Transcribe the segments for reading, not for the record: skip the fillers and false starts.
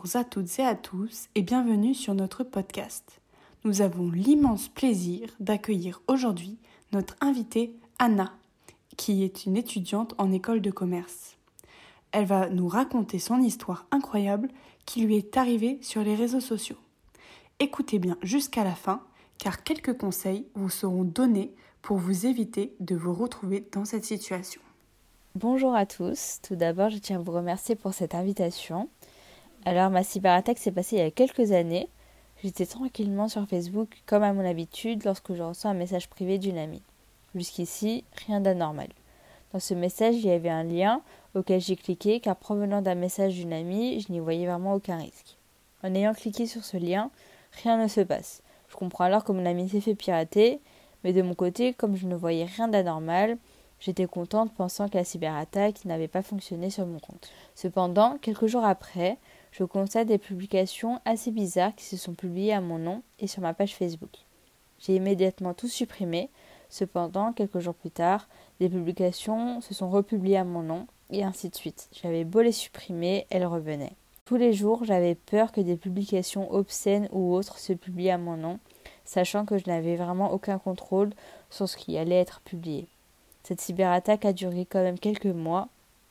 Bonjour à toutes et à tous et bienvenue sur notre podcast. Nous avons l'immense plaisir d'accueillir aujourd'hui notre invitée Anna, qui est une étudiante en école de commerce. Elle va nous raconter son histoire incroyable qui lui est arrivée sur les réseaux sociaux. Écoutez bien jusqu'à la fin, car quelques conseils vous seront donnés pour vous éviter de vous retrouver dans cette situation. Bonjour à tous, tout d'abord je tiens à vous remercier pour cette invitation. Alors ma cyberattaque s'est passée il y a quelques années. J'étais tranquillement sur Facebook comme à mon habitude lorsque je reçois un message privé d'une amie. Jusqu'ici, rien d'anormal. Dans ce message, il y avait un lien auquel j'ai cliqué car provenant d'un message d'une amie, je n'y voyais vraiment aucun risque. En ayant cliqué sur ce lien, rien ne se passe. Je comprends alors que mon amie s'est fait pirater, mais de mon côté, comme je ne voyais rien d'anormal, j'étais contente pensant que la cyberattaque n'avait pas fonctionné sur mon compte. Cependant, quelques jours après, je constate des publications assez bizarres qui se sont publiées à mon nom et sur ma page Facebook. J'ai immédiatement tout supprimé. Cependant, quelques jours plus tard, des publications se sont republiées à mon nom et ainsi de suite. J'avais beau les supprimer, elles revenaient. Tous les jours, j'avais peur que des publications obscènes ou autres se publient à mon nom, sachant que je n'avais vraiment aucun contrôle sur ce qui allait être publié. Cette cyberattaque a duré quand même quelques mois,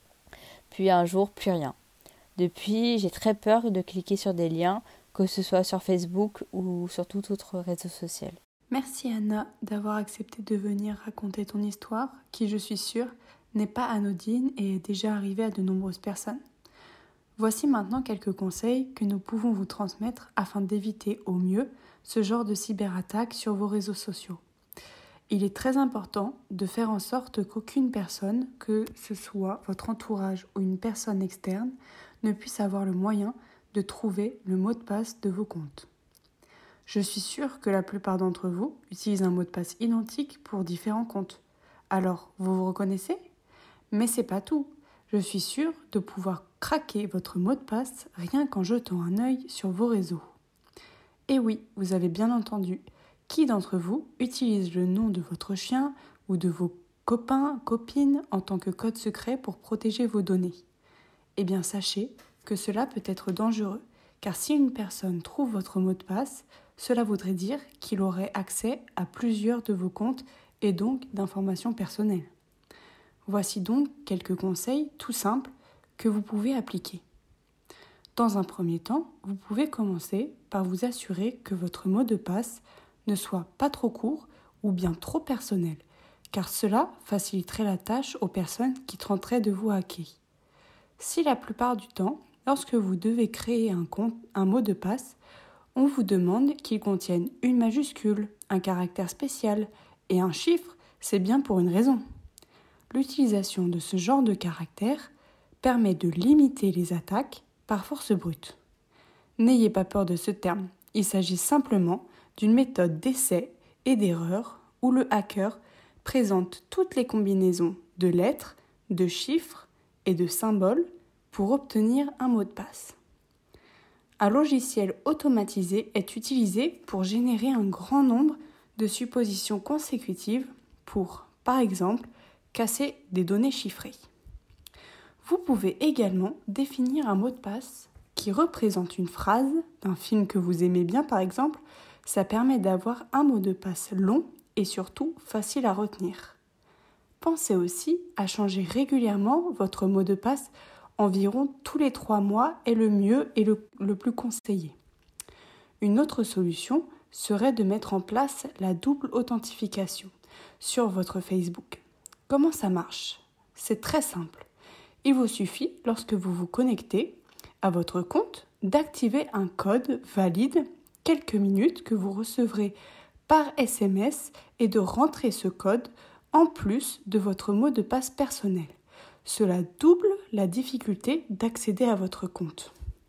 puis un jour, plus rien. Depuis, j'ai très peur de cliquer sur des liens, que ce soit sur Facebook ou sur tout autre réseau social. Merci Anna d'avoir accepté de venir raconter ton histoire, qui je suis sûre n'est pas anodine et est déjà arrivée à de nombreuses personnes. Voici maintenant quelques conseils que nous pouvons vous transmettre afin d'éviter au mieux ce genre de cyberattaque sur vos réseaux sociaux. Il est très important de faire en sorte qu'aucune personne, que ce soit votre entourage ou une personne externe, ne puisse avoir le moyen de trouver le mot de passe de vos comptes. Je suis sûre que la plupart d'entre vous utilisent un mot de passe identique pour différents comptes. Alors, vous vous reconnaissez ? Mais c'est pas tout. Je suis sûre de pouvoir craquer votre mot de passe rien qu'en jetant un œil sur vos réseaux. Et oui, vous avez bien entendu. Qui d'entre vous utilise le nom de votre chien ou de vos copains, copines en tant que code secret pour protéger vos données ? Eh bien, sachez que cela peut être dangereux, car si une personne trouve votre mot de passe, cela voudrait dire qu'il aurait accès à plusieurs de vos comptes et donc d'informations personnelles. Voici donc quelques conseils tout simples que vous pouvez appliquer. Dans un premier temps, vous pouvez commencer par vous assurer que votre mot de passe ne soit pas trop court ou bien trop personnel, car cela faciliterait la tâche aux personnes qui tenteraient de vous hacker. Si la plupart du temps, lorsque vous devez créer un mot de passe, on vous demande qu'il contienne une majuscule, un caractère spécial et un chiffre, c'est bien pour une raison. L'utilisation de ce genre de caractère permet de limiter les attaques par force brute. N'ayez pas peur de ce terme, il s'agit simplement d'une méthode d'essai et d'erreur où le hacker présente toutes les combinaisons de lettres, de chiffres et de symboles pour obtenir un mot de passe. Un logiciel automatisé est utilisé pour générer un grand nombre de suppositions consécutives pour, par exemple, casser des données chiffrées. Vous pouvez également définir un mot de passe qui représente une phrase d'un film que vous aimez bien par exemple. Ça permet d'avoir un mot de passe long et surtout facile à retenir. Pensez aussi à changer régulièrement votre mot de passe. Environ tous les 3 mois est le mieux et le plus conseillé. Une autre solution serait de mettre en place la double authentification sur votre Facebook. Comment ça marche ? C'est très simple. Il vous suffit, lorsque vous vous connectez à votre compte, d'activer un code valide quelques minutes que vous recevrez par SMS et de rentrer ce code en plus de votre mot de passe personnel. Cela double la difficulté d'accéder à votre compte.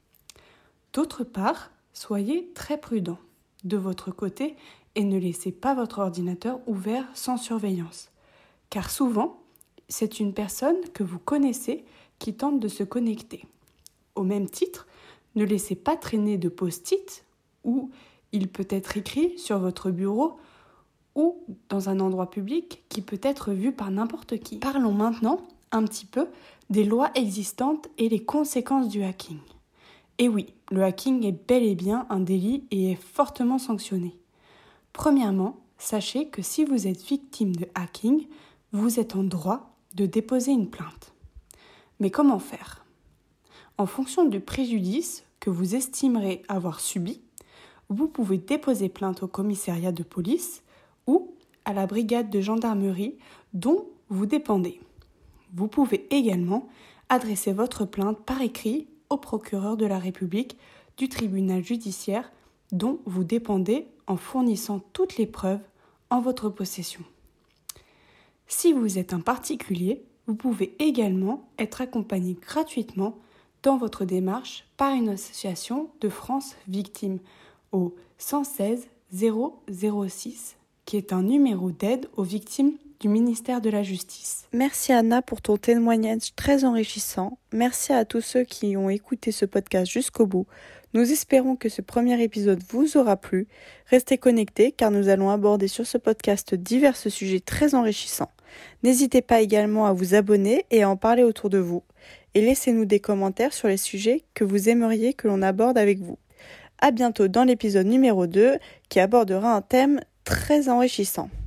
D'autre part, soyez très prudent de votre côté et ne laissez pas votre ordinateur ouvert sans surveillance. Car souvent, c'est une personne que vous connaissez qui tente de se connecter. Au même titre, ne laissez pas traîner de post-it où il peut être écrit sur votre bureau ou dans un endroit public qui peut être vu par n'importe qui. Parlons maintenant un petit peu des lois existantes et les conséquences du hacking. Et oui, le hacking est bel et bien un délit et est fortement sanctionné. Premièrement, sachez que si vous êtes victime de hacking, vous êtes en droit de déposer une plainte. Mais comment faire ? En fonction du préjudice que vous estimerez avoir subi, vous pouvez déposer plainte au commissariat de police ou à la brigade de gendarmerie dont vous dépendez. Vous pouvez également adresser votre plainte par écrit au procureur de la République du tribunal judiciaire dont vous dépendez en fournissant toutes les preuves en votre possession. Si vous êtes un particulier, vous pouvez également être accompagné gratuitement dans votre démarche par une association de France Victimes au 116 006, qui est un numéro d'aide aux victimes du ministère de la Justice. Merci Anna pour ton témoignage très enrichissant. Merci à tous ceux qui ont écouté ce podcast jusqu'au bout. Nous espérons que ce premier épisode vous aura plu. Restez connectés car nous allons aborder sur ce podcast divers sujets très enrichissants. N'hésitez pas également à vous abonner et à en parler autour de vous. Et laissez-nous des commentaires sur les sujets que vous aimeriez que l'on aborde avec vous. À bientôt dans l'épisode numéro 2 qui abordera un thème très enrichissant.